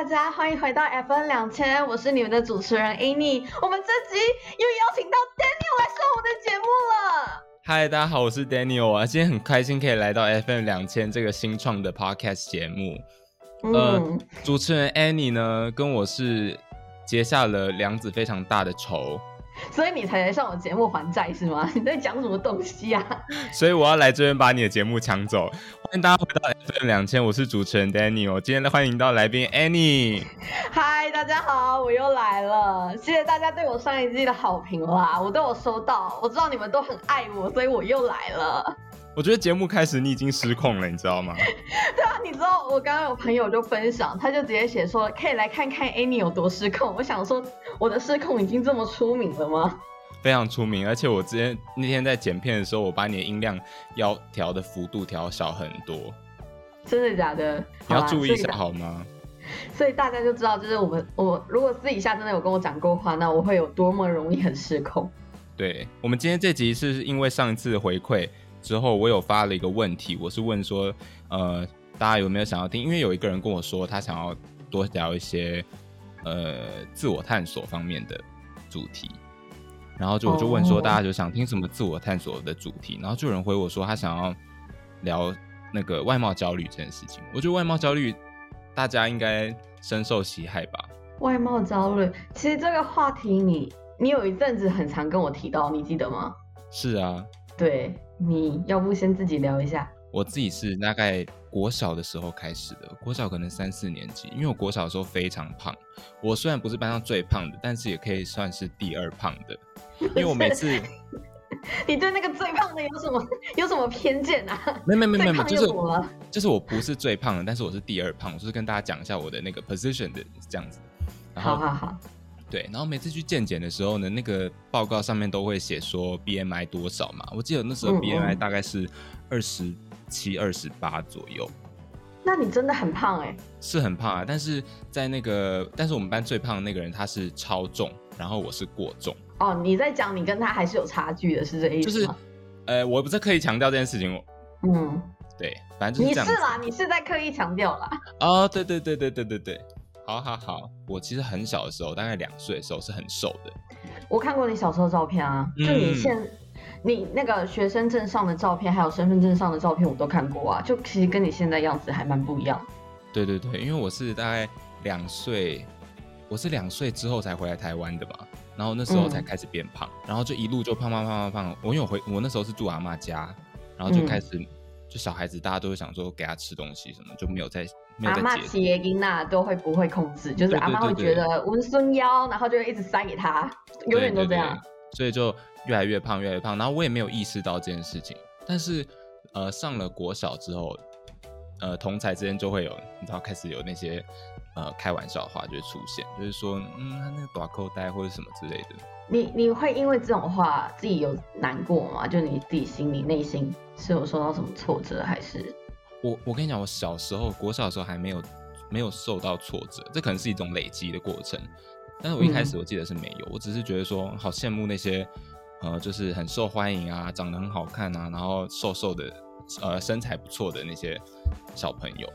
大家欢迎回到 FN2000，我是你们的主持人 Annie。我们这集又邀请到 Daniel 来上我们的节目了。 嗨，大家好，我是 Daniel 啊，今天很开心可以来到 FM2000这个新创的 podcast 节目。主持人 Annie 呢，跟我是结下了梁子非常大的仇。 所以你才来上我节目还债是吗？你在讲什么东西啊？ 所以我要来这边把你的节目抢走。欢迎大家回到 FM2000，我是主持人 Daniel， 今天欢迎到来宾 Annie。 嗨，大家好，我又来了，谢谢大家对我上一季的好评啦，我都有收到，我知道你们都很爱我，所以我又来了。 我觉得节目开始你已经失控了，你知道吗？ 对啊，你知道我刚刚有朋友就分享，他就直接写说可以来看看 Annie 有多失控。我想说我的失控已经这么出名了吗？ 非常出名，而且我那天在剪片的时候，我把你的音量要调的幅度调小很多。 真的假的？ 你要注意一下好吗？ 所以大家就知道，就是我如果私底下真的有跟我讲过话，那我会有多么容易很失控。 对，我们今天这集是因为上一次的回馈之后，我有发了一个问题，我是问说，大家有没有想要听？因为有一个人跟我说，他想要多聊一些自我探索方面的主题，然后我就问说，大家就想听什么自我探索的主题？然后就有人回我说，他想要聊那个外貌焦虑这件事情。我觉得外貌焦虑大家应该深受其害吧。 外貌焦虑，其实这个话题你有一阵子很常跟我提到，你记得吗？ 是啊。 对，你要不先自己聊一下？ 我自己是大概国小的时候开始的，国小可能3、4年级，因为我国小的时候非常胖，我虽然不是班上最胖的，但是也可以算是第2胖的，因为我每次你对那个最胖的有什么偏见啊？ 没有，就是我不是最胖的，但是我是第2胖，我就是跟大家讲一下我的那个 position 的这样子。 好。 对，然后每次去健检的时候呢，那个报告上面都会写说 BMI 多少嘛，我记得那时候 BMI 大概是27、28左右。 那你真的很胖欸。 是很胖啊，但是我们班最胖的那个人他是超重，然后我是过重。 哦，你在讲你跟他还是有差距的，是这意思吗？ 就是我不是刻意强调这件事情。对，反正就是这样子。 你是啦，你是在刻意强调啦。 哦，对。好，我其实很小的时候，大概2岁的时候是很瘦的。 我看过你小时候的照片啊，就你那个学生证上的照片，还有身份证上的照片，我都看过啊。就其实跟你现在样子还蛮不一样。对， 因为我是大概2岁，我是2岁之后才回来台湾的嘛，然后那时候才开始变胖，然后就一路就胖。因为我那时候是住阿嬷家，然后就开始就小孩子大家都会想说给他吃东西什么，就没有在阿嬷饲的囡仔都会不会控制，就是阿嬷会觉得温孙腰，然后就会一直塞给他，永远都这样。 所以就越来越胖，然后我也没有意识到这件事情。但是上了国小之后，同侪之间就会有，你知道开始有那些开玩笑的话就会出现，就是说他那个大口袋或者什么之类的。 你会因为这种话自己有难过吗？就你自己心里内心是有受到什么挫折还是？ 我跟你讲，我小时候国小的时候还没有受到挫折，这可能是一种累积的过程。但是我一开始我记得是没有，我只是觉得说好羡慕那些就是很受欢迎啊，长得很好看啊，然后瘦瘦的身材不错的那些小朋友。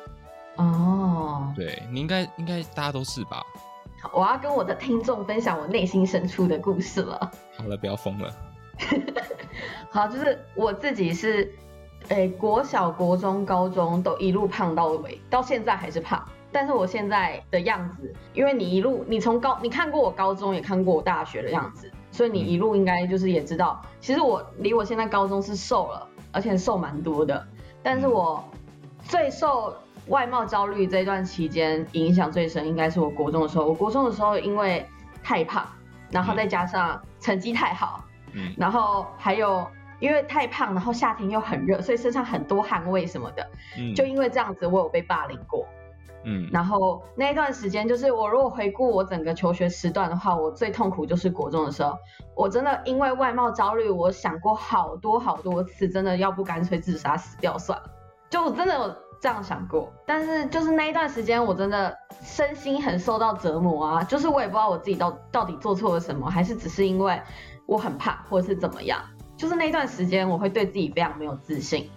对，你应该大家都是吧？ 好，我要跟我的听众分享我内心深处的故事了。 好了，不要疯了。 好，就是我自己是国小、国中、高中都一路胖到尾，到现在还是胖。但是我现在的样子，因为你看过我高中，也看过我大学的样子，所以你一路应该就是也知道，其实我离我现在高中是瘦了，而且瘦蛮多的。但是我最受外貌焦虑这段期间影响最深，应该是我国中的时候。我国中的时候因为太胖，然后再加上成绩太好，然后还有因为太胖，然后夏天又很热，所以身上很多汗味什么的，就因为这样子，我有被霸凌过。然后那一段时间，就是我如果回顾我整个求学时段的话，我最痛苦就是国中的时候。我真的因为外貌焦虑，我想过好多次，真的要不干脆自杀死掉算了。就我真的有这样想过，但是就是那一段时间，我真的身心很受到折磨啊。就是我也不知道我自己到底做错了什么，还是只是因为我很胖，或者是怎么样。就是那一段时间，我会对自己非常没有自信。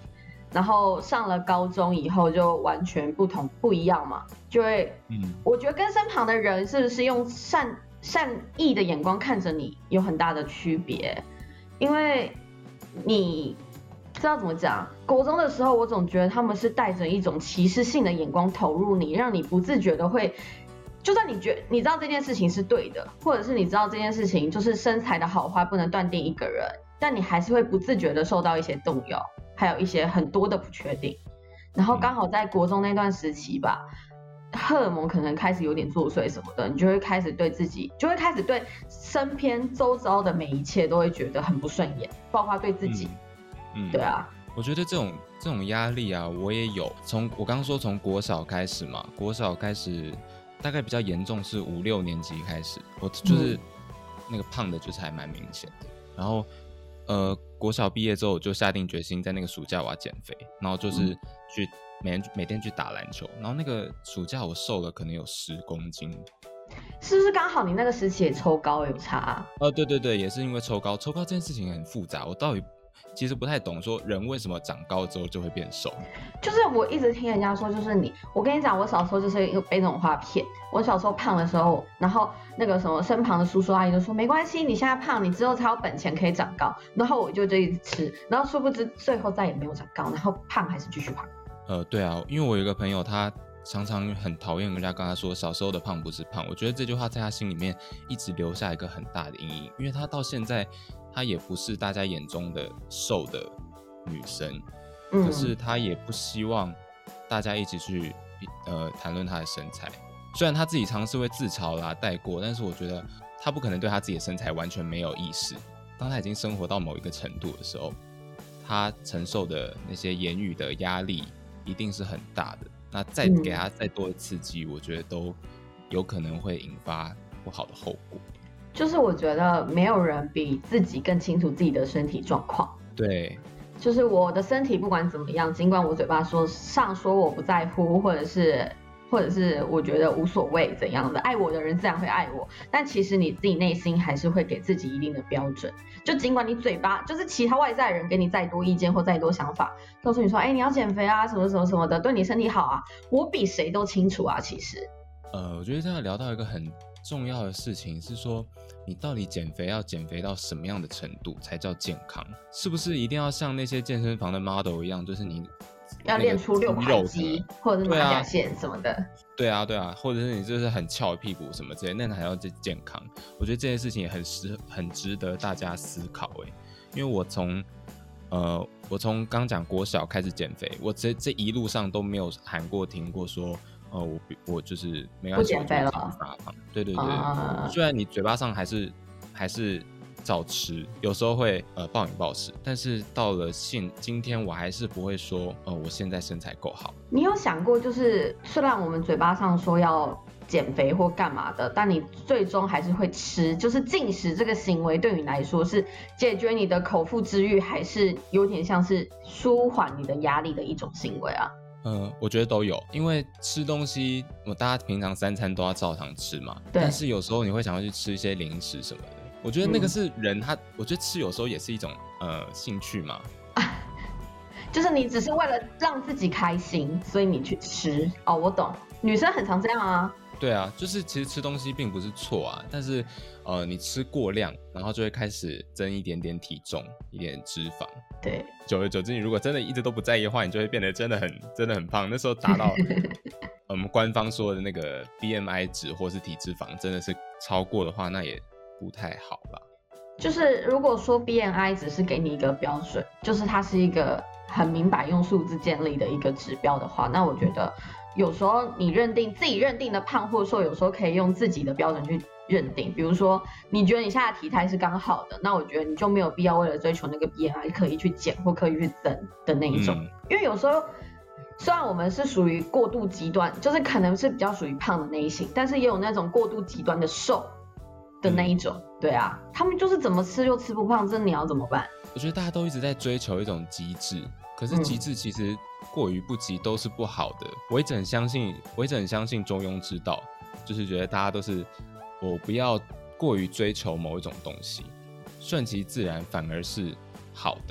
然后上了高中以后就完全不一样嘛，就会，我觉得跟身旁的人是不是用善意的眼光看着你有很大的区别，因为你知道怎么讲，国中的时候我总觉得他们是带着一种歧视性的眼光投入你，让你不自觉的会。就算你知道这件事情是对的，或者是你知道这件事情就是身材的好坏不能断定一个人，但你还是会不自觉的受到一些动摇，还有一些很多的不确定。然后刚好在国中那段时期吧，荷尔蒙可能开始有点作祟什么的，你就会开始对自己，就会开始对身边周遭的每一切都会觉得很不顺眼，包括对自己。对啊， 我觉得这种压力啊，我也有。我刚刚说从国小开始嘛，国小开始。大概比较严重是5、6年级开始，我就是那个胖的，就是还蛮明显的。然后，国小毕业之后，我就下定决心，在那个暑假我要减肥，然后就是去每天去打篮球。然后那个暑假我瘦了可能有10公斤， 是不是刚好你那个时期也抽高有差？ 对，也是因为抽高这件事情很复杂，我到底其实不太懂，说人为什么长高之后就会变瘦。 就是我一直听人家说，就是我跟你讲，我小时候就是一个被那种话骗。我小时候胖的时候，然后那个什么身旁的叔叔阿姨就说没关系，你现在胖，你之后才有本钱可以长高。然后我就一直吃，然后殊不知最后再也没有长高，然后胖还是继续胖。 对啊，因为我有一个朋友，他常常很讨厌人家跟他说小时候的胖不是胖，我觉得这句话在他心里面一直留下一个很大的阴影，因为他到现在他也不是大家眼中的瘦的女生，可是他也不希望大家一起去谈论他的身材。虽然他自己尝试会自嘲啦带过，但是我觉得他不可能对他自己的身材完全没有意识。当他已经生活到某一个程度的时候，他承受的那些言语的压力一定是很大的。那再给他再多的刺激，我觉得都有可能会引发不好的后果。 就是我觉得没有人比自己更清楚自己的身体状况。 对， 就是我的身体不管怎么样，尽管我嘴巴说我不在乎，或者是我觉得无所谓怎样的，爱我的人自然会爱我，但其实你自己内心还是会给自己一定的标准。就尽管你嘴巴就是其他外在人给你再多意见或再多想法，告诉你说，你要减肥啊，什么什么什么的，对你身体好啊，我比谁都清楚啊。其实， 我觉得这样聊到一个很重要的事情是说，你到底减肥要减肥到什么样的程度才叫健康？是不是一定要像那些健身房的 model 一样，就是你要练出6块肌或者是马甲线什么的？ 对啊，或者是你就是很翘屁股什么之类，那还要健康？我觉得这件事情也很值得大家思考因为我从刚讲国小开始减肥，我这一路上都没有喊过停过说。我就是没关系， 不减肥了， 对，虽然你嘴巴上还是照吃，有时候会暴饮暴食，但是到了今天我还是不会说我现在身材够好。 你有想过，就是虽然我们嘴巴上说要减肥或干嘛的，但你最终还是会吃，就是进食这个行为对你来说是解决你的口腹之欲，还是有点像是舒缓你的压力的一种行为啊？ 我觉得都有，因为吃东西，大家平常3餐都要照常吃嘛，但是有时候你会想要去吃一些零食什么的，我觉得那个是人我觉得吃有时候也是一种兴趣嘛， 就是你只是为了让自己开心，所以你去吃哦，我懂，女生很常这样啊。 对啊，就是其实吃东西并不是错啊，但是你吃过量，然后就会开始增一点点体重，一点脂肪。 对， 久而久之，你如果真的一直都不在意的话，你就会变得真的很胖。那时候达到我们官方说的那个 BMI 值或是体脂肪真的是超过的话，那也不太好啦。 就是如果说 BMI 只是给你一个标准，就是它是一个很明白用数字建立的一个指标的话，那我觉得有时候你自己认定的胖或瘦，有时候可以用自己的标准去认定。比如说你觉得你现在体态是刚好的，那我觉得你就没有必要为了追求那个 BMI 刻意去减或刻意去增的那一种。因为有时候虽然我们是属于过度极端，就是可能是比较属于胖的那一型，但是也有那种过度极端的瘦的那一种。对啊，他们就是怎么吃又吃不胖，这你要怎么办？ 我觉得大家都一直在追求一种极致，可是极致其实过于不及都是不好的。我一直很相信中庸之道，就是觉得大家都是我不要过于追求某一种东西，顺其自然反而是好的。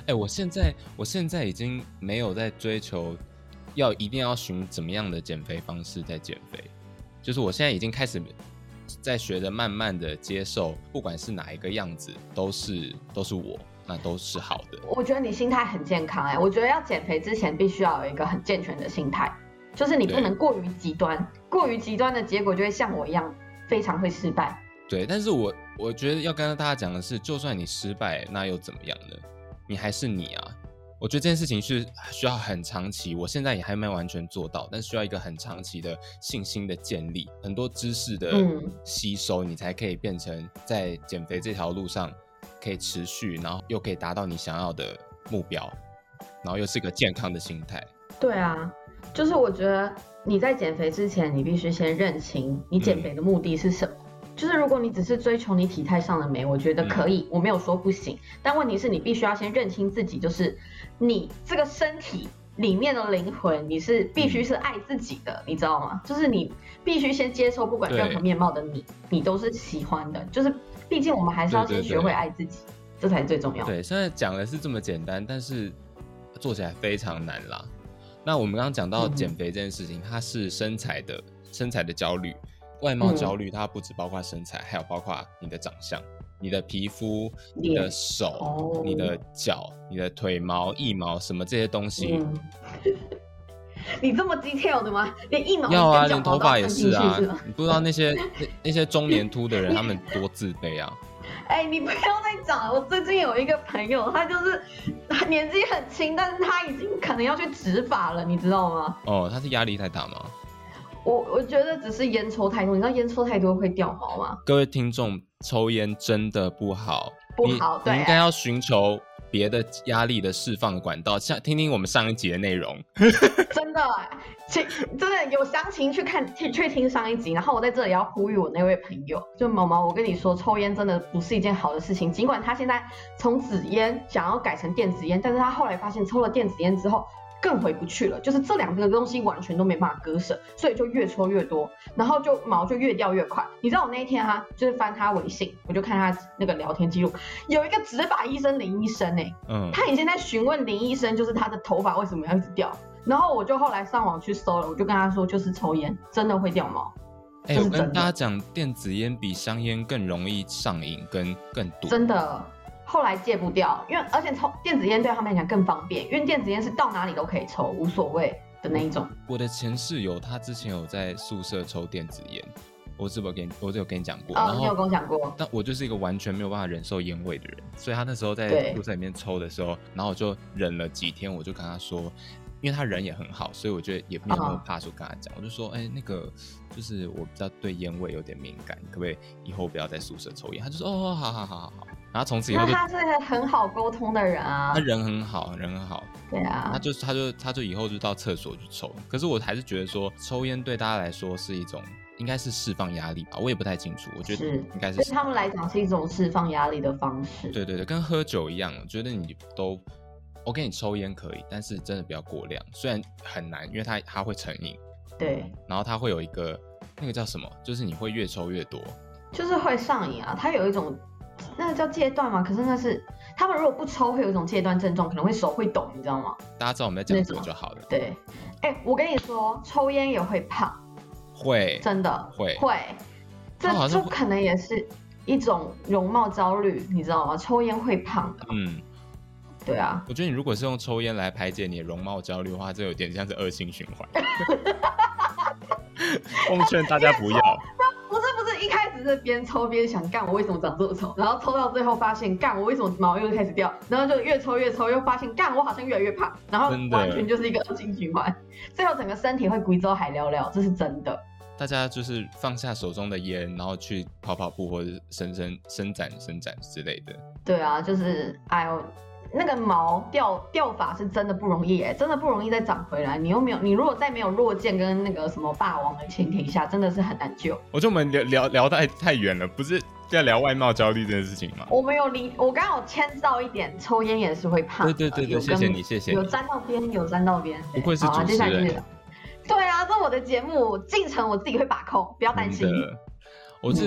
我现在已经没有在追求一定要循怎么样的减肥方式在减肥，就是我现在已经开始在学着慢慢的接受，不管是哪一个样子，都是我，那都是好的。 我觉得你心态很健康我觉得要减肥之前必须要有一个很健全的心态，就是你不能过于极端，过于极端的结果就会像我一样非常会失败。 对，但是我觉得要跟大家讲的是，就算你失败，那又怎么样呢？你还是你啊。我觉得这件事情是需要很长期，我现在也还没完全做到，但需要一个很长期的信心的建立，很多知识的吸收，你才可以变成在减肥这条路上可以持续，然后又可以达到你想要的目标，然后又是一个健康的心态。 对啊，就是我觉得你在减肥之前，你必须先认清你减肥的目的是什么。就是如果你只是追求你体态上的美，我觉得可以，我没有说不行，但问题是你必须要先认清自己，就是你这个身体里面的灵魂，你是必须是爱自己的，你知道吗？就是你必须先接受，不管任何面貌的你都是喜欢的，就是毕竟我们还是要先学会爱自己，这才是最重要的。 对，现在讲的是这么简单，但是做起来非常难啦。那我们刚刚讲到减肥这件事情，它是身材的焦虑。外貌焦虑它不只包括身材，还有包括你的长相、你的皮肤、你的手、你的脚、你的腿毛、腋毛什么这些东西。 你这么 detail 的吗？连腋毛要啊，连头发也是啊。你不知道那些中年秃的人他们多自卑啊。 你不要再讲了。我最近有一个朋友，他就是年纪很轻，但是他已经可能要去植发了，你知道吗？ 他是压力太大吗？ 我觉得只是烟抽太多，你知道烟抽太多会掉毛吗？ 各位听众，抽烟真的不好， 对， 你应该要寻求别的压力的释放管道，像听听我们上一集的内容。 真的有详情去听上一集。然后我在这里要呼吁我那位朋友，就毛毛，我跟你说，抽烟真的不是一件好的事情。尽管他现在从纸烟想要改成电子烟，但是他后来发现抽了电子烟之后更回不去了，就是这两个东西完全都没办法割舍，所以就越抽越多，然后就毛就越掉越快。你知道我那一天就是翻他微信，我就看他那个聊天记录，有一个植发医生林医生他已经在询问林医生，就是他的头发为什么要一直掉。然后我就后来上网去搜了，我就跟他说，就是抽烟真的会掉毛。 我跟大家讲，电子烟比香烟更容易上瘾跟更毒， 真的。后来戒不掉，而且抽电子烟对他们来讲更方便，因为电子烟是到哪里都可以抽，无所谓的那一种。 我的前室友他之前有在宿舍抽电子烟，我有跟你讲过。 你有跟我讲过。 但我就是一个完全没有办法忍受烟味的人，所以他那时候在宿舍里面抽的时候，然后我就忍了几天，我就跟他说，因为他人也很好，所以我觉得也没有那么怕说跟他讲，我就说，那个就是我比较对烟味有点敏感，可不可以以后不要在宿舍抽烟？他就说，好。然后从此以后， 那他是个很好沟通的人啊。 他人很好。 对啊。 他就以后就到厕所去抽。可是我还是觉得说，抽烟对大家来说是一种，应该是释放压力吧，我也不太清楚。我觉得应该是对他们来讲是一种释放压力的方式。 对，跟喝酒一样，我觉得你都 OK， 你抽烟可以，但是真的不要过量。虽然很难，因为它会成瘾。 对。 然后它会有一个那个叫什么，就是你会越抽越多， 就是会上瘾啊。它有一种。那个叫戒断吗？可是那是他们如果不抽会有一种戒断症状，可能会手会抖，你知道吗？ 大家知道我们在讲什么就好了。 对，我跟你说，抽烟也会胖， 会， 真的会， 这就可能也是一种容貌焦虑，你知道吗？抽烟会胖的。对啊。 我觉得你如果是用抽烟来排解你的容貌焦虑的话，这有点像是恶性循环。奉劝大家不要。 不是，一开始是边抽边想干我为什么长这么丑，然后抽到最后发现干我为什么毛又开始掉，然后就越抽又发现干我好像越来越胖，然后完全就是一个恶性循环，最后整个身体会贵州海聊聊，这是真的。 大家就是放下手中的烟，然后去跑步或者伸展之类的。对啊，就是那个毛掉发是真的不容易真的不容易再长回来。你如果在没有落剑跟那个什么霸王的前提下，真的是很难救。 我觉得我们聊太远了，不是在聊外貌焦虑这件事情吗？ 我刚刚有牵到一点，抽烟也是会胖。 对，谢谢你。 有沾到边。 不愧是主持人。对啊，这是我的节目进程，我自己会把控，不要担心。 我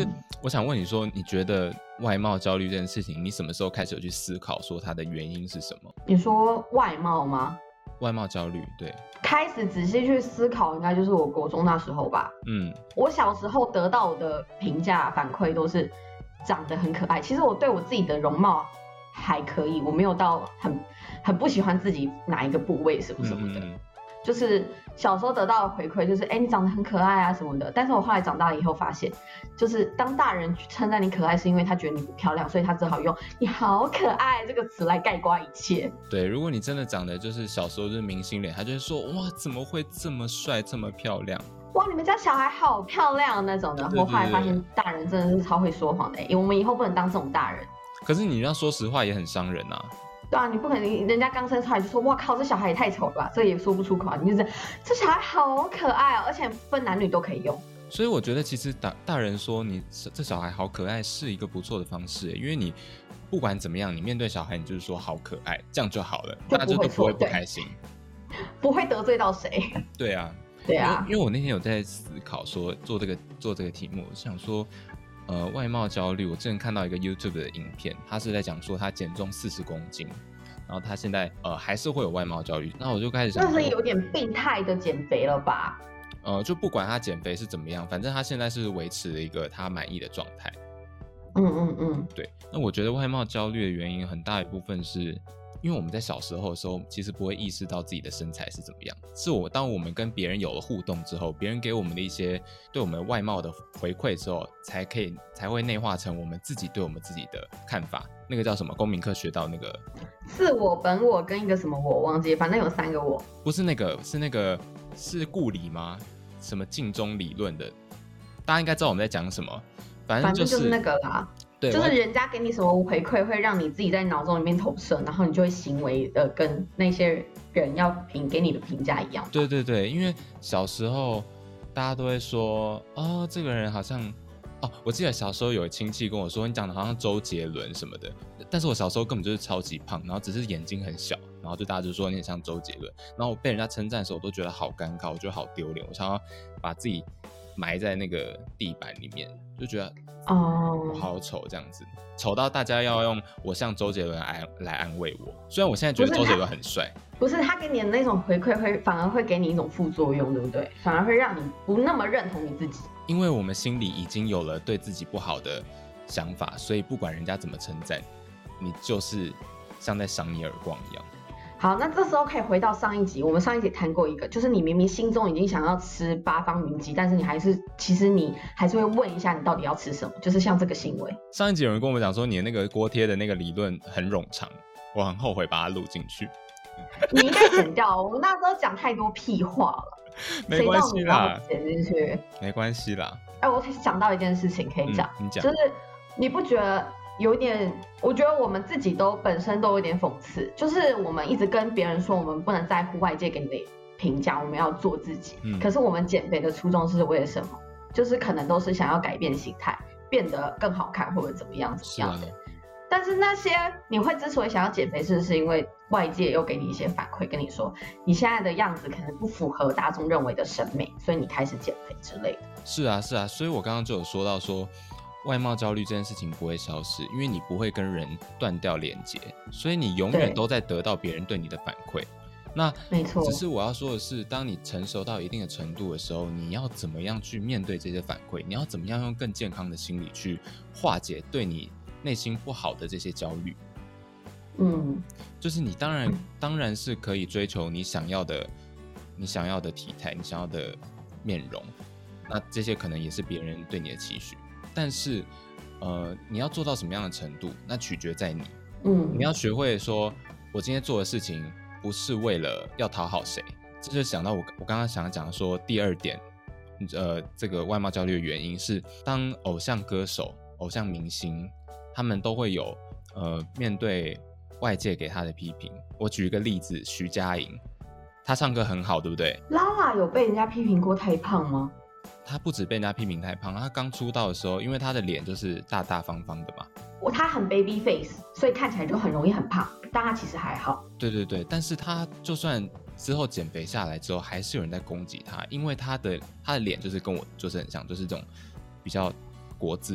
我想问你说，你觉得外貌焦虑这件事情，你什么时候开始有去思考说它的原因是什么？ 你说外貌吗？ 外貌焦虑，对， 开始仔细去思考，应该就是我国中那时候吧。我小时候得到的评价反馈都是长得很可爱。其实我对我自己的容貌还可以，我没有到很不喜欢自己哪一个部位什么什么的。就是小时候得到的回馈就是你长得很可爱啊什么的，但是我后来长大以后发现，就是当大人称赞你可爱是因为他觉得你不漂亮，所以他只好用你好可爱这个词来概括一切。 对，如果你真的长得就是小时候就是明星脸，他就会说哇怎么会这么帅这么漂亮， 哇你们家小孩好漂亮那种的。我后来发现大人真的是超会说谎的，我们以后不能当这种大人。 可是你要说实话也很伤人啊。 对啊，你不可能人家刚生出来就说哇靠这小孩也太丑了吧，这也说不出口啊。你就是这小孩好可爱哦，而且分男女都可以用。 所以我觉得其实大人说你这小孩好可爱是一个不错的方式，因为你不管怎么样，你面对小孩你就是说好可爱，这样就好了，大家就都不会不开心， 不会得罪到谁。 对啊， 对啊， 因为我那天有在思考说做这个题目，我想说外貌焦虑，我之前看到一个 YouTube 的影片，他是在讲说他减重40公斤，然后他现在还是会有外貌焦虑，那我就开始想说， 那是有点病态的减肥了吧？ 就不管他减肥是怎么样，反正他现在是维持了一个他满意的状态。对。那我觉得外貌焦虑的原因很大一部分是因为我们在小时候的时候，其实不会意识到自己的身材是怎么样，是当我们跟别人有了互动之后，别人给我们的一些对我们外貌的回馈之后，才会内化成我们自己对我们自己的看法。那个叫什么？公民课学到那个自我、本我跟一个什么我忘记，反正有3个我。 不是那个，是顾里吗？什么镜中理论的？大家应该知道我们在讲什么。反正就是那个啦。 对， 就是人家给你什么回馈，会让你自己在脑中里面投射，然后你就会行为的跟那些人要给你的评价一样。 对对对，因为小时候大家都会说，哦，这个人好像，我记得小时候有亲戚跟我说，你长得好像周杰伦什么的，但是我小时候根本就是超级胖，然后只是眼睛很小，然后就大家就说你很像周杰伦，然后我被人家称赞的时候，我都觉得好尴尬，我觉得好丢脸，我想要把自己埋在那个地板里面，就觉得我好丑这样子，丑到大家要用我像周杰伦来安慰我。虽然我现在觉得周杰伦很帅， 不是他给你的那种回馈反而会给你一种副作用，对不对？反而会让你不那么认同你自己， 因为我们心里已经有了对自己不好的想法，所以不管人家怎么称赞，你就是像在赏你耳光一样。 好，那这时候可以回到上一集，我们上一集谈过一个，就是你明明心中已经想要吃八方云集，但是其实你还是会问一下你到底要吃什么，就是像这个行为。 上一集有人跟我们讲说你的那个锅贴的那个理论很冗长，我很后悔把它录进去。 你应该剪掉，我们那时候讲太多屁话了。 没关系啦， 剪进去没关系啦。 我想到一件事情可以讲， 你讲， 就是你不觉得有点，我觉得我们自己本身都有点讽刺，就是我们一直跟别人说我们不能在乎外界给你的评价，我们要做自己。可是我们减肥的初衷是为了什么？就是可能都是想要改变形态，变得更好看或者怎么样的。但是那些你会之所以想要减肥，是因为外界又给你一些反馈，跟你说你现在的样子可能不符合大众认为的审美，所以你开始减肥之类的。 是啊，所以我刚刚就有说到说，外貌焦虑这件事情不会消失，因为你不会跟人断掉连结，所以你永远都在得到别人对你的反馈。那没错， 只是我要说的是，当你成熟到一定的程度的时候，你要怎么样去面对这些反馈？你要怎么样用更健康的心理去化解对你内心不好的这些焦虑？就是你当然是可以追求你想要的体态，你想要的面容，那这些可能也是别人对你的期许，但是你要做到什么样的程度，那取决在你。你要学会说，我今天做的事情不是为了要讨好谁，这就想到我刚刚想讲说第二点，这个外貌焦虑的原因是，当偶像歌手、偶像明星，他们都会有面对外界给他的批评。我举一个例子，徐佳莹，她唱歌很好，对不对？ 拉拉有被人家批评过太胖吗？ 她不止被人家批评太胖，她刚出道的时候，因为她的脸就是大大方方的嘛， 她很 baby face， 所以看起来就很容易很胖，但她其实还好。 对对对，但是她就算之后减肥下来之后，还是有人在攻击她，因为她的脸就是跟我就是很像，就是这种比较国字脸。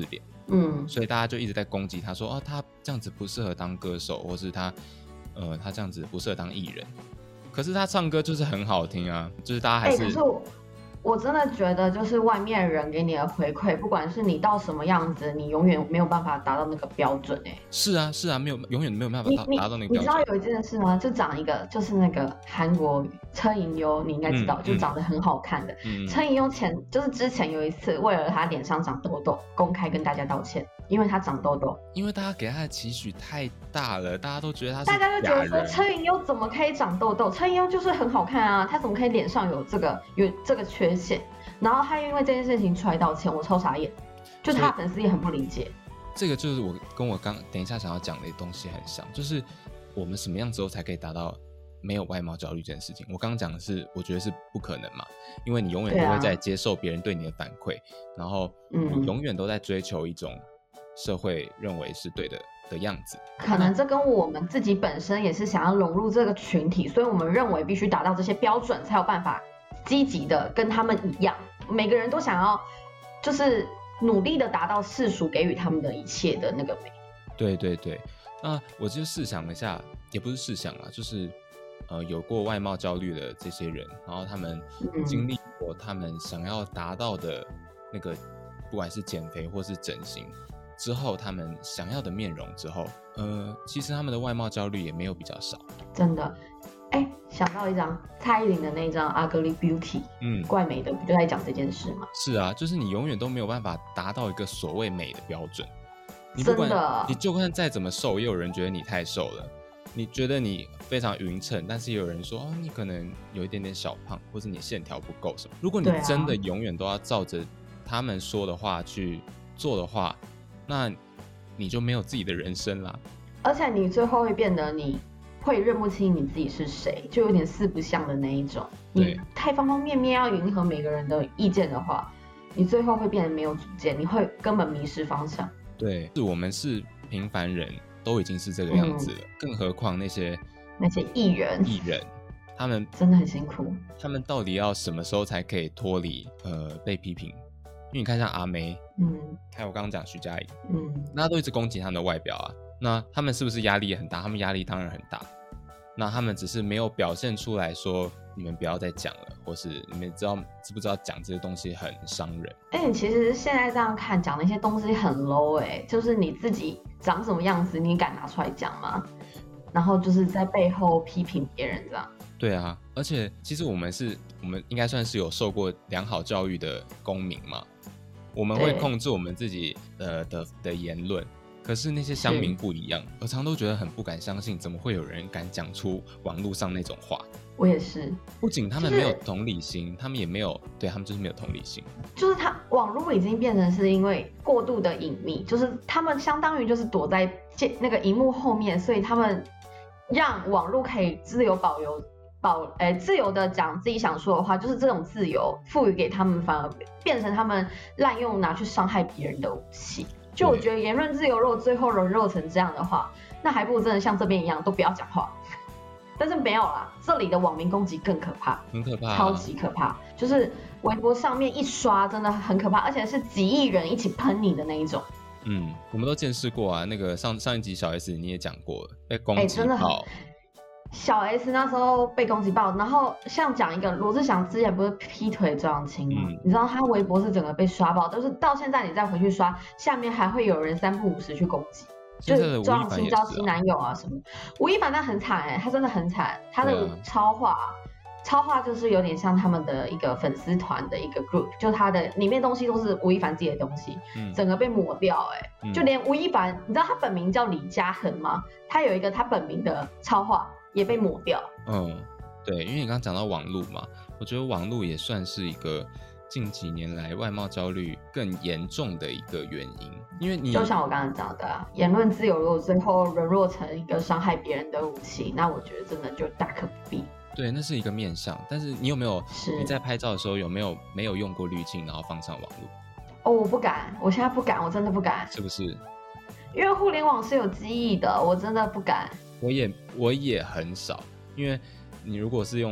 所以大家就一直在攻击他说，他这样子不适合当歌手，或是他这样子不适合当艺人。可是他唱歌就是很好听啊，就是大家还是。 可是我真的觉得，就是外面人给你的回馈，不管是你到什么样子，你永远没有办法达到那个标准。 是啊，永远没有办法达到那个标准。 你知道有一件事吗？就长一个，就是那个韩国车银优，你应该知道，就长得很好看的。车银优就是之前有一次，为了他脸上长痘痘，公开跟大家道歉，因为他长痘痘。 因为大家给他的期许太大了，大家都觉得他是假人。 大家就觉得说车银优怎么可以长痘痘？车银优就是很好看啊，他怎么可以脸上有这个缺陷？然后他因为这件事情出来道歉，我超傻眼。就他的粉丝也很不理解。 这个就是我等一下想要讲的东西很像，就是我们什么样之后才可以达到没有外貌焦虑这件事情？我刚刚讲的是，我觉得是不可能嘛，因为你永远都会在接受别人对你的反馈，然后你永远都在追求一种社会认为是对的样子。 可能这跟我们自己本身也是想要融入这个群体，所以我们认为必须达到这些标准，才有办法积极的跟他们一样。每个人都想要就是努力的达到世俗给予他们的一切的那个美。 对对对，那我就试想一下，也不是试想啦，就是有过外貌焦虑的这些人，然后他们经历过他们想要达到的那个，不管是减肥或是整形之后，他们想要的面容之后，其实他们的外貌焦虑也没有比较少。 真的。想到一张蔡依林的那一张 Ugly Beauty， 怪美的，不就在讲这件事吗？ 是啊，就是你永远都没有办法达到一个所谓美的标准。你真的， 你就算再怎么瘦，也有人觉得你太瘦了。你觉得你非常匀称，但是也有人说你可能有一点点小胖，或是你线条不够什么。如果你真的永远都要照着他们说的话去做的话，那你就没有自己的人生啦。 而且你最后会变得你会认不清你自己是谁，就有点四不像的那一种。你太方方面面要迎合每个人的意见的话，你最后会变得没有主见，你会根本迷失方向。 对，我们是平凡人，都已经是这个样子了，更何况那些艺人， 他们真的很辛苦。 他们到底要什么时候才可以脱离被批评？因为你看像阿妹，还有我刚刚讲徐佳莹，大家都一直攻击他们的外表啊。那他们是不是压力也很大？他们压力当然很大。那他们只是没有表现出来说你们不要再讲了，或是你们知不知道讲这些东西很伤人？ 你其实现在这样看，讲那些东西很 low 就是你自己长什么样子，你敢拿出来讲吗？然后就是在背后批评别人这样。 对啊，而且其实我们应该算是有受过良好教育的公民嘛，我们会控制我们自己的言论。可是那些乡民不一样，我常都觉得很不敢相信，怎么会有人敢讲出网络上那种话？ 我也是， 不仅他们没有同理心，他们也没有，对，他们就是没有同理心。 就是网络已经变成是因为过度的隐秘，就是他们相当于就是躲在那个荧幕后面，所以他们让网络可以自由自由的讲自己想说的话，就是这种自由赋予给他们，反而变成他们滥用拿去伤害别人的武器。就我觉得言论自由如果最后沦落成这样的话，那还不如真的像这边一样都不要讲话。但是没有啦，这里的网民攻击更可怕， 很可怕， 超级可怕。就是微博上面一刷真的很可怕，而且是几亿人一起喷你的那一种。 我们都见识过啊。那个上一集小 S 你也讲过了，被攻击爆。 小 S 那时候被攻击爆，然后像讲一个罗志祥之前不是劈腿周扬青吗？你知道他微博是整个被刷爆，就是到现在你再回去刷，下面还会有人3不5时去攻击，就是周扬青交新男友啊什么。吴亦凡那很惨他真的很惨，他的超话就是有点像他们的一个粉丝团的一个 group， 就他的里面东西都是吴亦凡自己的东西，整个被抹掉就连吴亦凡，你知道他本名叫李嘉恒吗？他有一个他本名的超话也被抹掉。 对，因为你刚刚讲到网络嘛，我觉得网络也算是一个近几年来外貌焦虑更严重的一个原因。因为就像我刚刚讲的言论自由如果最后沦落成一个伤害别人的武器，那我觉得真的就大可不必。 对，那是一个面向，但是你有没有你在拍照的时候有没有用过滤镜然后放上网络？ 我不敢，我现在不敢，我真的不敢。 是不是？ 因为互联网是有记忆的，我真的不敢。 我也很少，因为你如果是用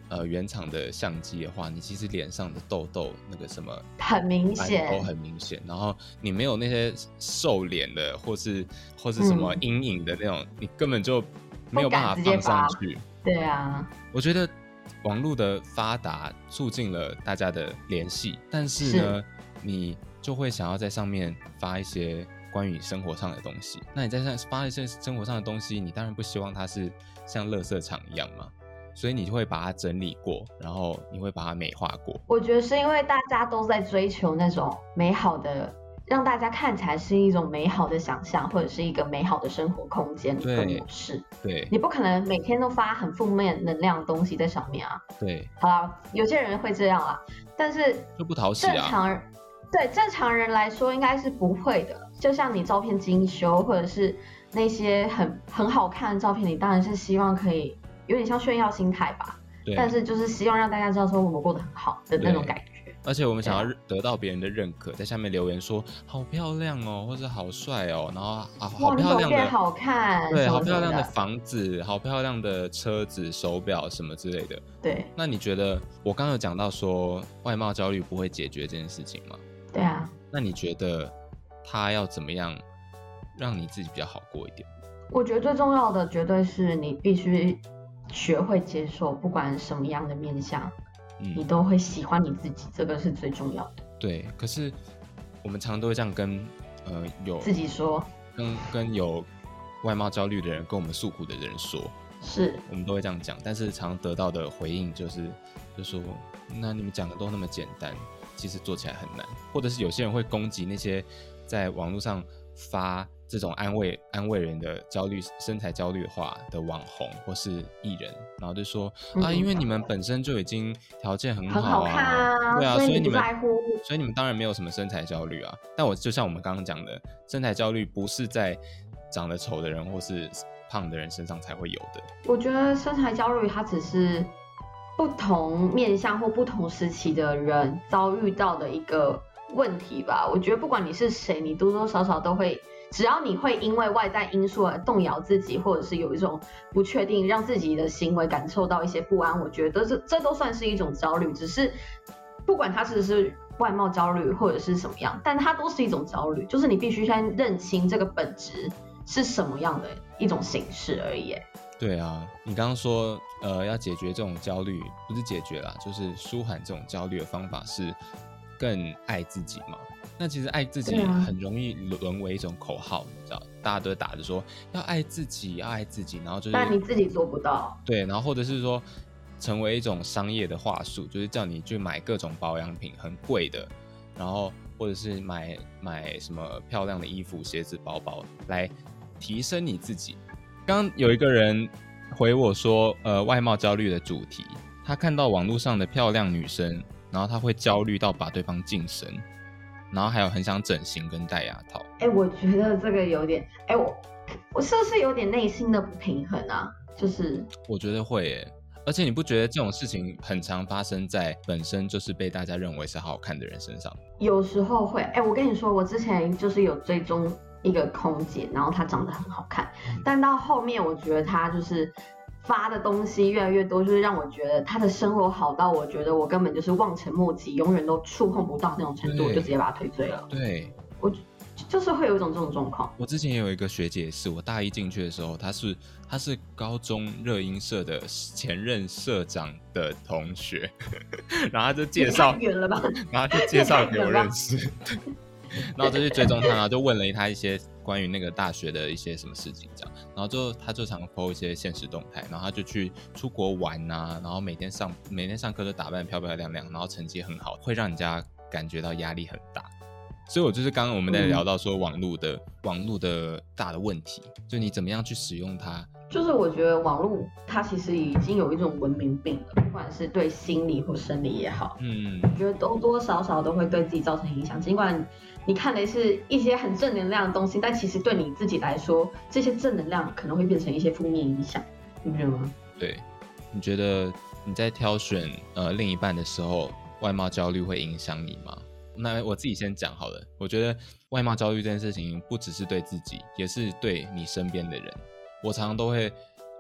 原厂的相机的话，你其实脸上的痘痘那个什么很明显， 都很明显，然后你没有那些瘦脸的或是什么阴影的那种，你根本就没有办法放上去。 对啊， 我觉得网络的发达促进了大家的联系，但是呢，你就会想要在上面发一些关于生活上的东西。那你在上发一些生活上的东西，你当然不希望它是像垃圾场一样嘛，所以你就会把它整理过，然后你会把它美化过。 我觉得是因为大家都在追求那种美好的，让大家看起来是一种美好的想象，或者是一个美好的生活空间跟模式。 对， 你不可能每天都发很负面能量的东西在上面啊。 对， 好啦，有些人会这样啦，但是就不讨喜啊。 正常人来说应该是不会的。就像你照片精修，或者是那些很好看的照片，你当然是希望可以有点像炫耀心态吧。但是就是希望让大家知道说我们过得很好的那种感觉。 而且我们想要得到别人的认可，在下面留言说好漂亮哦，或者好帅哦，然后好漂亮的， 好看， 对，好漂亮的房子，好漂亮的车子、手表什么之类的。 对。 那你觉得我刚刚有讲到说外貌焦虑不会解决这件事情吗？ 对啊。 那你觉得他要怎么样让你自己比较好过一点？ 我觉得最重要的绝对是你必须学会接受，不管什么样的面向，你都会喜欢你自己，这个是最重要的。 对，可是我们常常都会这样跟有自己说， 跟有外貌焦虑的人跟我们诉苦的人说， 是我们都会这样讲，但是常得到的回应就说，那你们讲的都那么简单，其实做起来很难，或者是有些人会攻击那些在网络上发这种安慰人的身材焦虑的话的网红或是艺人，然后就说因为你们本身就已经条件很好看啊， 对啊， 所以你不在乎， 所以你们当然没有什么身材焦虑啊。但就像我们刚刚讲的，身材焦虑不是在长得丑的人或是胖的人身上才会有的。 我觉得身材焦虑它只是不同面向或不同时期的人遭遇到的一个问题吧。我觉得不管你是谁，你多多少少都会，只要你会因为外在因素而动摇自己，或者是有一种不确定，让自己的行为感受到一些不安，我觉得这都算是一种焦虑。只是不管它是外貌焦虑或者是什么样，但它都是一种焦虑，就是你必须先认清这个本质是什么样的一种形式而已。 对啊，你刚刚说要解决这种焦虑，不是解决啦，就是舒缓这种焦虑的方法是更爱自己嘛。那其实爱自己很容易沦为一种口号，你知道，大家都打着说要爱自己，要爱自己，然后就是但你自己做不到。 对，然后或者是说成为一种商业的话术，就是叫你去买各种保养品，很贵的，然后或者是买什么漂亮的衣服、鞋子、包包来提升你自己。刚有一个人回我说，外貌焦虑的主题，他看到网络上的漂亮女生，然后他会焦虑到把对方晋升，然后还有很想整形跟戴牙套。 我觉得这个有点，我是不是有点内心的不平衡啊？就是我觉得会耶，而且你不觉得这种事情很常发生在本身就是被大家认为是好看的人身上？ 有时候会，我跟你说，我之前就是有追踪一个空姐，然后她长得很好看，但到后面我觉得她就是发的东西越来越多，就是让我觉得她的生活好到我觉得我根本就是望尘莫及，永远都触碰不到那种程度，我就直接把她退追了。 对， 我就是会有一种这种状况。 我之前也有一个学姐是我大一进去的时候，她是高中热音社的前任社长的同学，然后她就介绍， 太远了吧？ 然后就介绍给我认识。然后就去追踪他，然后就问了他一些关于那个大学的一些什么事情这样，然后他就常 po 一些现实动态，然后他就去出国玩啊，然后每天上课都打扮漂漂亮亮，然后成绩很好，会让人家感觉到压力很大。所以我就是刚刚我们在聊到说网络的大的问题，就你怎么样去使用它。 就是我觉得网络它其实已经有一种文明病了，不管是对心理或生理也好，我觉得多多少少都会对自己造成影响。尽管你看的是一些很正能量的东西，但其实对你自己来说，这些正能量可能会变成一些负面影响，你觉得吗？ 对，你觉得你在挑选另一半的时候，外貌焦虑会影响你吗？那我自己先讲好了，我觉得外貌焦虑这件事情不只是对自己，也是对你身边的人。我常常都会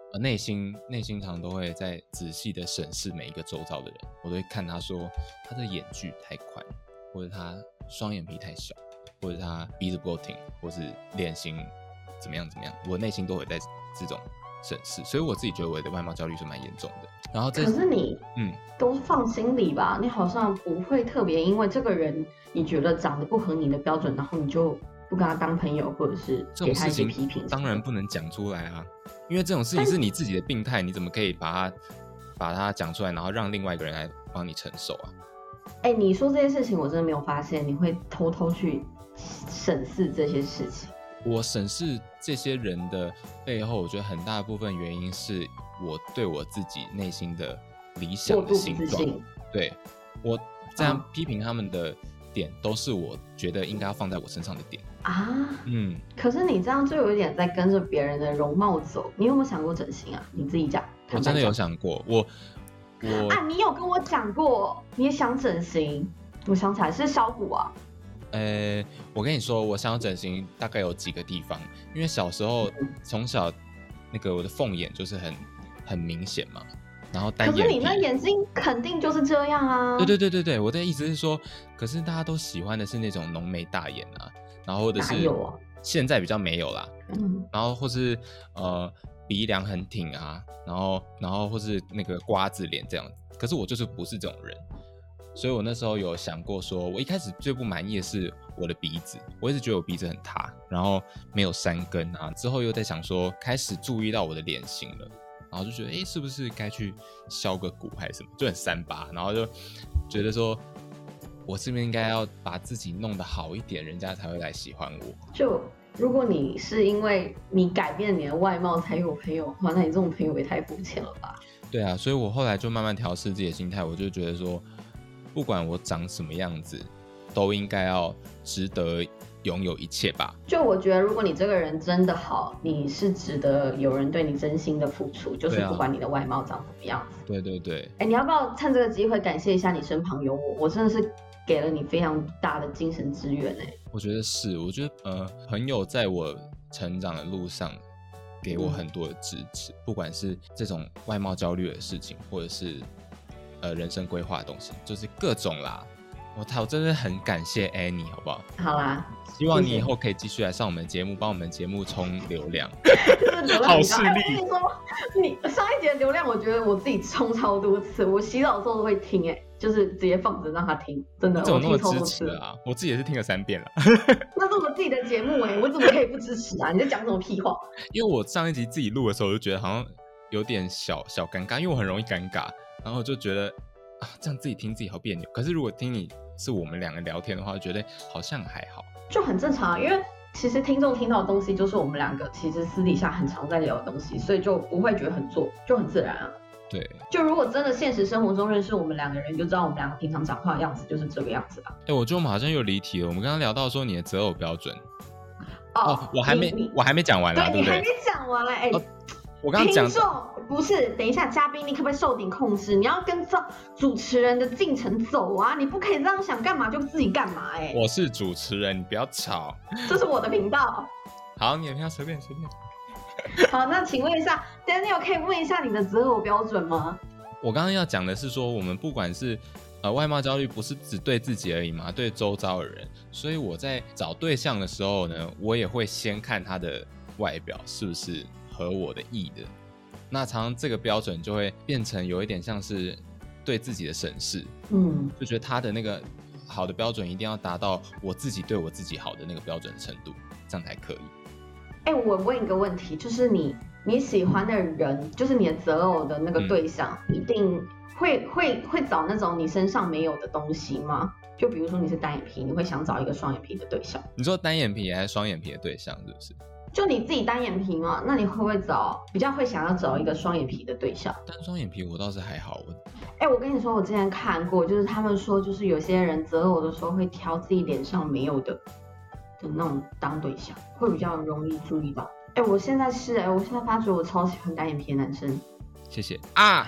内心常都会在仔细的审视每一个周遭的人，我都会看他说他的眼距太宽，或者他双眼皮太小，或者他鼻子不够挺，或是脸型怎么样，我内心都会在这种审视，所以我自己觉得我的外貌焦虑是蛮严重的。然后可是你都放心里吧，你好像不会特别因为这个人你觉得长得不合你的标准，然后你就不跟他当朋友，或者是给他一些批评。 当然不能讲出来啊，因为这种事情是你自己的病态，你怎么可以把它讲出来，然后让另外一个人来帮你承受啊？ 你说这些事情我真的没有发现，你会偷偷去审视这些事情。 我审视这些人的背后，我觉得很大部分原因是我对我自己内心的理想的形状。对，我这样批评他们的点，都是我觉得应该要放在我身上的点啊。可是你这样就有一点在跟着别人的容貌走。你有没有想过整形啊？你自己讲。 我真的有想过， 你有跟我讲过，你也想整形。我想起来是小骨啊。 我跟你说，我想要整形大概有几个地方，因为小时候从小那个我的凤眼就是很明显嘛，然后单眼皮。 可是你那眼睛肯定就是这样啊。 对，我的意思是说，可是大家都喜欢的是那种浓眉大眼啊，然后或者是现在比较没有啦，然后或是鼻梁很挺啊，然后或是那个瓜子脸这样子，可是我就是不是这种人。所以我那时候有想过说，我一开始最不满意的是我的鼻子，我一直觉得我鼻子很塌，然后没有山根啊。之后又在想说，开始注意到我的脸型了，然后就觉得，是不是该去削个骨还是什么，就很3八，然后就觉得说，我是不是应该要把自己弄得好一点，人家才会来喜欢我。 就如果你是因为你改变你的外貌才有朋友的话，那你这种朋友也太肤浅了吧？ 对啊，所以我后来就慢慢调试自己的心态，我就觉得说，不管我长什么样子，都应该要值得拥有一切吧。就我觉得，如果你这个人真的好，你是值得有人对你真心的付出，就是不管你的外貌长什么样子。 对。 你要不要趁这个机会感谢一下你身旁有我？我真的是给了你非常大的精神支援我觉得是，我觉得朋友在我成长的路上给我很多的支持，不管是这种外貌焦虑的事情，或者是人生规划的东西，就是各种啦。我真的很感谢 Annie， 好不好？ 好啦， 希望你以后可以继续来上我们的节目，帮我们节目冲流量。 好势利！我跟你说，你上一节流量，我觉得我自己冲超多次，我洗澡的时候都会听，就是直接放着让他听，真的。 你怎么那么支持啊？我自己也是听了3遍了。 那是我自己的节目我怎么可以不支持啊？你在讲什么屁话？ 因为我上一集自己录的时候，我就觉得好像有点小尴尬，因为我很容易尴尬，然后就觉得这样自己听自己好别扭。可是如果听你是我们2个聊天的话，就觉得好像还好， 就很正常。因为其实听众听到的东西就是我们2个其实私底下很常在聊的东西，所以就不会觉得就很自然啊。 对， 就如果真的现实生活中认识我们2个人，就知道我们2个平常讲话的样子就是这个样子吧。 我觉得我们好像又离题了。我们刚刚聊到说你的择偶标准，我还没讲完啦，对不对？ 你还没讲完我刚刚讲听众不是，等一下，嘉宾你可不可以受点控制？你要跟着主持人的进程走啊，你不可以这样想干嘛就自己干嘛我是主持人，你不要吵。 这是我的频道。 好，你的频道随便。 好，那请问一下 ，Daniel 可以问一下你的择偶标准吗？ 我刚刚要讲的是说，我们不管是外貌焦虑，不是只对自己而已嘛，对周遭的人。所以我在找对象的时候呢，我也会先看他的外表是不是合我的意的。那常常这个标准就会变成有一点像是对自己的审视，就觉得他的那个好的标准一定要达到我自己对我自己好的那个标准程度，这样才可以。 我问一个问题，就是你喜欢的人，就是你的择偶的那个对象，一定会找那种你身上没有的东西吗？就比如说你是单眼皮，你会想找一个双眼皮的对象？ 你说单眼皮还是双眼皮的对象，是不是？ 就你自己单眼皮嘛，那你会不会比较会想要找一个双眼皮的对象？ 单双眼皮我倒是还好。 我跟你说，我之前看过，就是他们说，就是有些人择偶的时候会挑自己脸上没有的那种当对象，会比较容易注意到。我现在发觉我超喜欢单眼皮的男生。 谢谢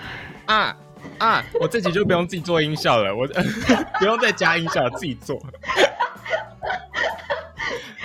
我这集就不用自己做音效了，我不用再加音效，自己做。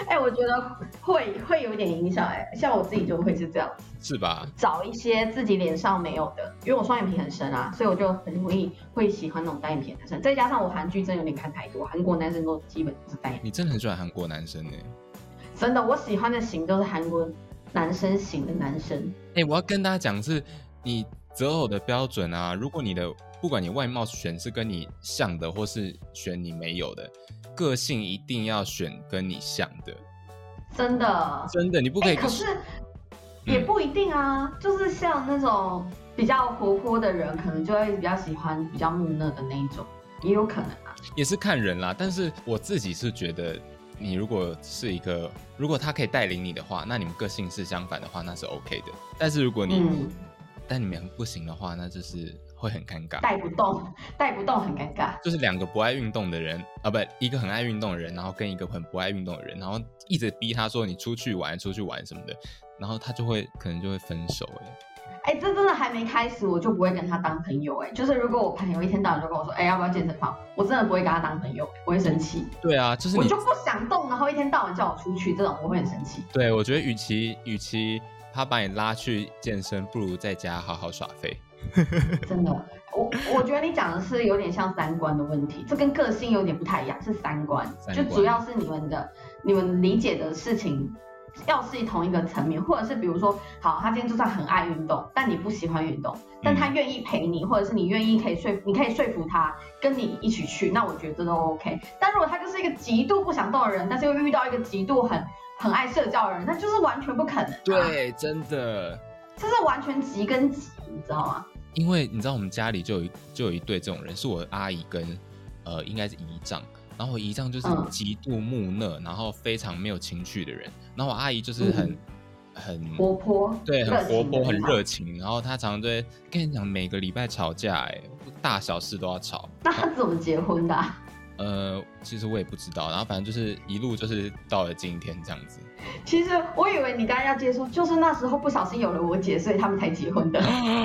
我觉得会有点影响像我自己就会是这样， 是吧？ 找一些自己脸上没有的，因为我双眼皮很深啊，所以我就很容易会喜欢那种单眼皮的男生，再加上我韩剧真的有点看太多，韩国男生都基本都是单眼皮。 你真的很喜欢韩国男生真的，我喜欢的型都是韩国男生型的男生。 我要跟大家讲是，你择偶的标准啊，如果你的不管你外貌选是跟你像的，或是选你没有的，个性一定要选跟你像的。 真的， 真的，你不可以。 可是也不一定啊，就是像那种比较活泼的人，可能就会比较喜欢比较木讷的那一种，也有可能啊。 也是看人啦，但是我自己是觉得，你如果是一个，如果他可以带领你的话，那你们个性是相反的话，那是 OK 的。但是如果但你们不行的话，那就是会很尴尬，带不动很尴尬。就是两个不爱运动的人啊，不，一个很爱运动的人，然后跟一个很不爱运动的人，然后一直逼他说你出去玩什么的，然后他可能就会分手这真的还没开始，我就不会跟他当朋友就是如果我朋友一天到晚就跟我说要不要健身房，我真的不会跟他当朋友，我会生气。对啊，就是我就不想动，然后一天到晚叫我出去，这种我会很生气。对，我觉得与其他把你拉去健身，不如在家好好耍废。真的，我觉得你讲的是有点像三观的问题，这跟个性有点不太一样，是三观，就主要是你们理解的事情要是同一个层面，或者是比如说，好，他今天就算很爱运动，但你不喜欢运动，但他愿意陪你，或者是你愿意你可以说服他跟你一起去，那我觉得这都 OK。但如果他就是一个极度不想动的人，但是又遇到一个极度很爱社交的人，那就是完全不可能。对，真的，这是完全极跟极，你知道吗？因为你知道我们家里就有一对这种人，是我的阿姨跟应该是姨丈。然后我姨丈就是极度木讷，然后非常没有情趣的人。然后我阿姨就是很活泼，对，很活泼，很热情。然后她常常就会跟你讲，每个礼拜吵架，大小事都要吵。那她怎么结婚的其实我也不知道。然后反正就是一路就是到了今天这样子。其实我以为你刚刚要接说，就是那时候不小心有了我姐，所以他们才结婚的。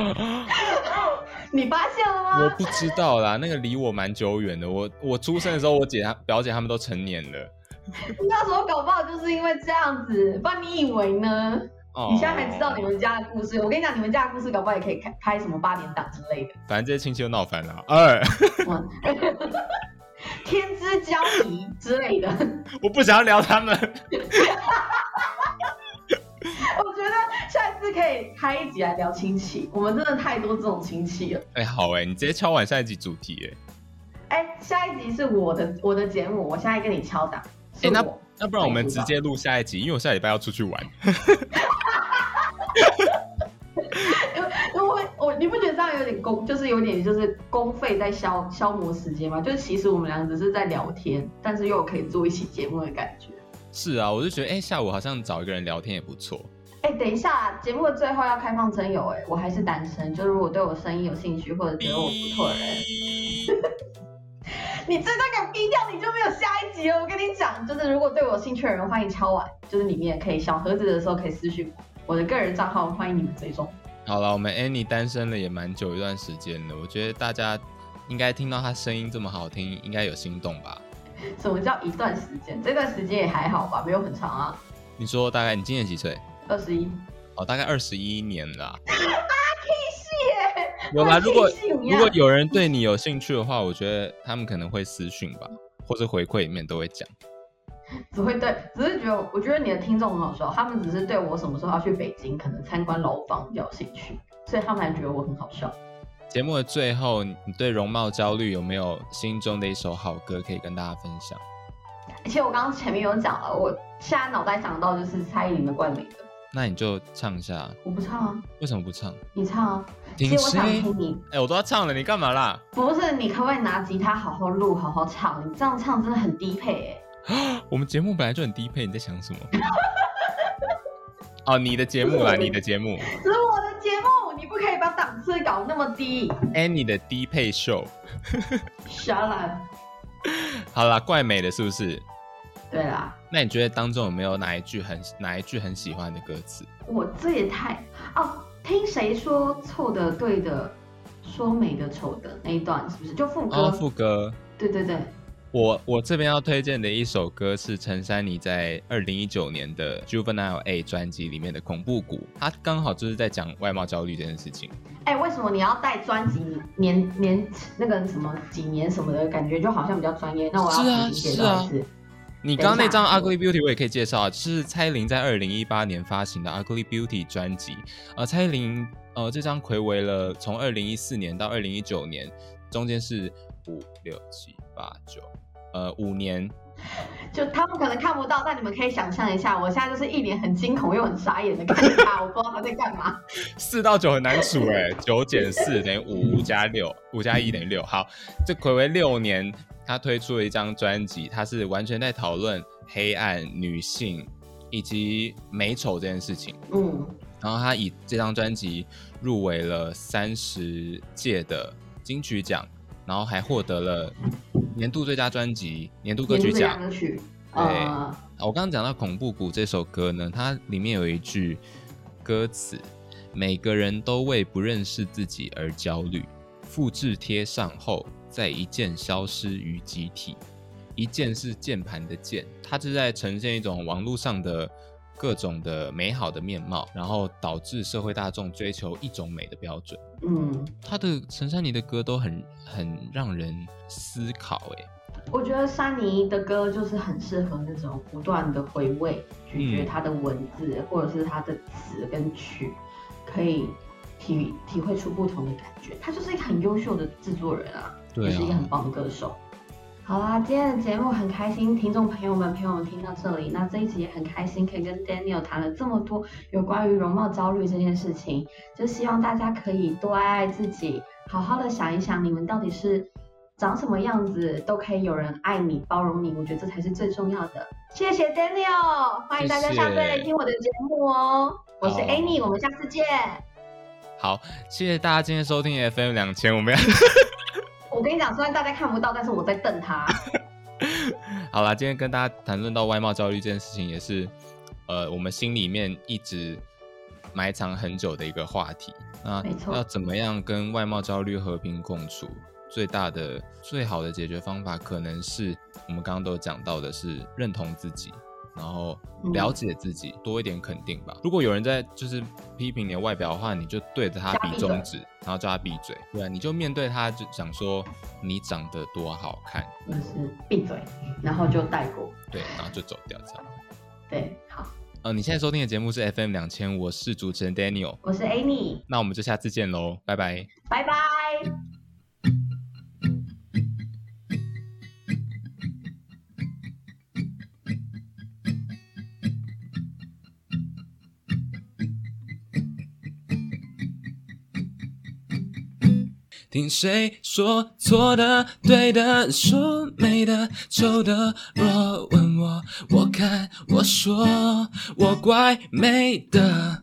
你发现了吗？我不知道啦，那个离我蛮久远的。我出生的时候，我表姐他们都成年了。那时候搞不好就是因为这样子，不然你以为呢？你现在还知道你们家的故事？我跟你讲，你们家的故事搞不好也可以拍什么8点档之类的。反正这些亲戚都闹翻了。天之骄夷之类的。我不想要聊他们。我觉得下一次可以开一集来聊亲戚，我们真的太多这种亲戚了。好你直接敲完下一集主题下一集是我的节目，我现在跟你敲档。那不然我们直接录下一集，因为我下礼拜要出去玩。你不觉得这样有点就是公费在消磨时间吗？就是其实我们俩只是在聊天，但是又可以做一期节目的感觉。是啊，我就觉得下午好像找一个人聊天也不错。等一下，节目的最后要开放征友我还是单身，就是如果对我声音有兴趣或者觉得我不错的人，你这段给逼掉，你就没有下一集了。我跟你讲，就是如果对我有兴趣的人，欢迎敲碗，就是里面可以小盒子的时候可以私讯我的个人账号，欢迎你们追踪。好了，我们 Annie 单身了也蛮久一段时间了，我觉得大家应该听到她声音这么好听，应该有心动吧？什么叫一段时间？这段时间也还好吧，没有很长啊。你说大概你今年几岁？21。大概21年啦。屁事有啦，如果有人对你有兴趣的话，我觉得他们可能会私讯吧，或者回馈里面都会讲。只是我觉得你的听众很好笑，他们只是对我什么时候要去北京可能参观牢房比较有兴趣，所以他们还觉得我很好笑。节目的最后，你对容貌焦虑有没有心中的一首好歌可以跟大家分享？而且我刚刚前面有讲了，我现在脑袋想到就是蔡依林的《怪美的》，那你就唱一下。我不唱啊。为什么不唱？你唱啊。其实我想听你。我都要唱了，你干嘛啦？不是，你可不可以拿吉他好好录，好好唱？你这样唱真的很低配我们节目本来就很低配，你在想什么？你的节目啦，你的节目。这是我的节目，你不可以把档次搞那么低。Annie 的低配秀。Shut up。好啦，怪美的是不是？对啦。那你觉得当中有没有哪一句很喜欢的歌词？我这也太听谁说错的对的，说美的丑的那一段是不是？就副歌。副歌。对对对。 我这边要推荐的一首歌是陈珊妮在2019年的 Juvenile A 专辑里面的恐怖谷，它刚好就是在讲外貌焦虑这件事情。 为什么你要带专辑年那个什么几年什么的感觉，就好像比较专业？那我要重新介绍一次。 你刚刚那张 Ugly Beauty 我也可以介绍啊，是蔡依林在2018年发行的 Ugly Beauty 专辑。蔡依林这张睽违了从2014年到2019年，中间是5、6、7、8、9 5年。 就他们可能看不到，但你们可以想象一下，我现在就是一脸很惊恐又很傻眼的看着他，我不知道他在干嘛。 4到9很难数9减4等于5加6，5加1等于6。好，这睽违6年，他推出了一张专辑，他是完全在讨论黑暗、女性以及美丑这件事情。然后他以这张专辑入围了30届的金曲奖，然后还获得了年度最佳专辑、年度歌曲奖。对，我刚刚讲到恐怖谷这首歌呢，它里面有一句歌词：每个人都为不认识自己而焦虑，复制贴上后，再一键消失于集体。一键是键盘的键，它是在呈现一种网络上的各种的美好的面貌，然后导致社会大众追求一种美的标准。他的陈珊妮的歌都很让人思考。 我觉得珊妮的歌就是很适合那种不断的回味，咀嚼她的文字，或者是她的词跟曲，可以体会出不同的感觉。她就是一个很优秀的制作人啊，也是一个很棒的歌手。好啦，今天的节目很开心，听众朋友们听到这里，那这一集也很开心，可以跟 Daniel 谈了这么多有关于容貌焦虑这件事情，就希望大家可以多爱自己，好好的想一想，你们到底是长什么样子，都可以有人爱你、包容你，我觉得这才是最重要的。谢谢 Daniel， 欢迎大家下次来听我的节目哦。我是 Amy， 我们下次见。 好，谢谢大家今天收听 FM2000， 我们要我跟你讲，虽然大家看不到，但是我在瞪他。 好啦，今天跟大家谈论到外貌焦虑这件事情，也是我们心里面一直埋藏很久的一个话题。那要怎么样跟外貌焦虑和平共处？最好的解决方法，可能是我们刚刚都讲到的是认同自己，然后了解自己，多一点肯定吧。如果有人在就是批评你的外表的话，你就对着他比中指，然后叫他闭嘴。对啊，你就面对他，就想说你长得多好看， 就是闭嘴，然后就带过。 对，然后就走掉这样。 对，好。 你现在收听的节目是 FM2000， 我是主持人 Daniel， 我是 Amy， 那我们就下次见喽，拜拜， 拜拜。 听谁说错的、对的、说美的、丑的？若问我，我看我说我怪美的。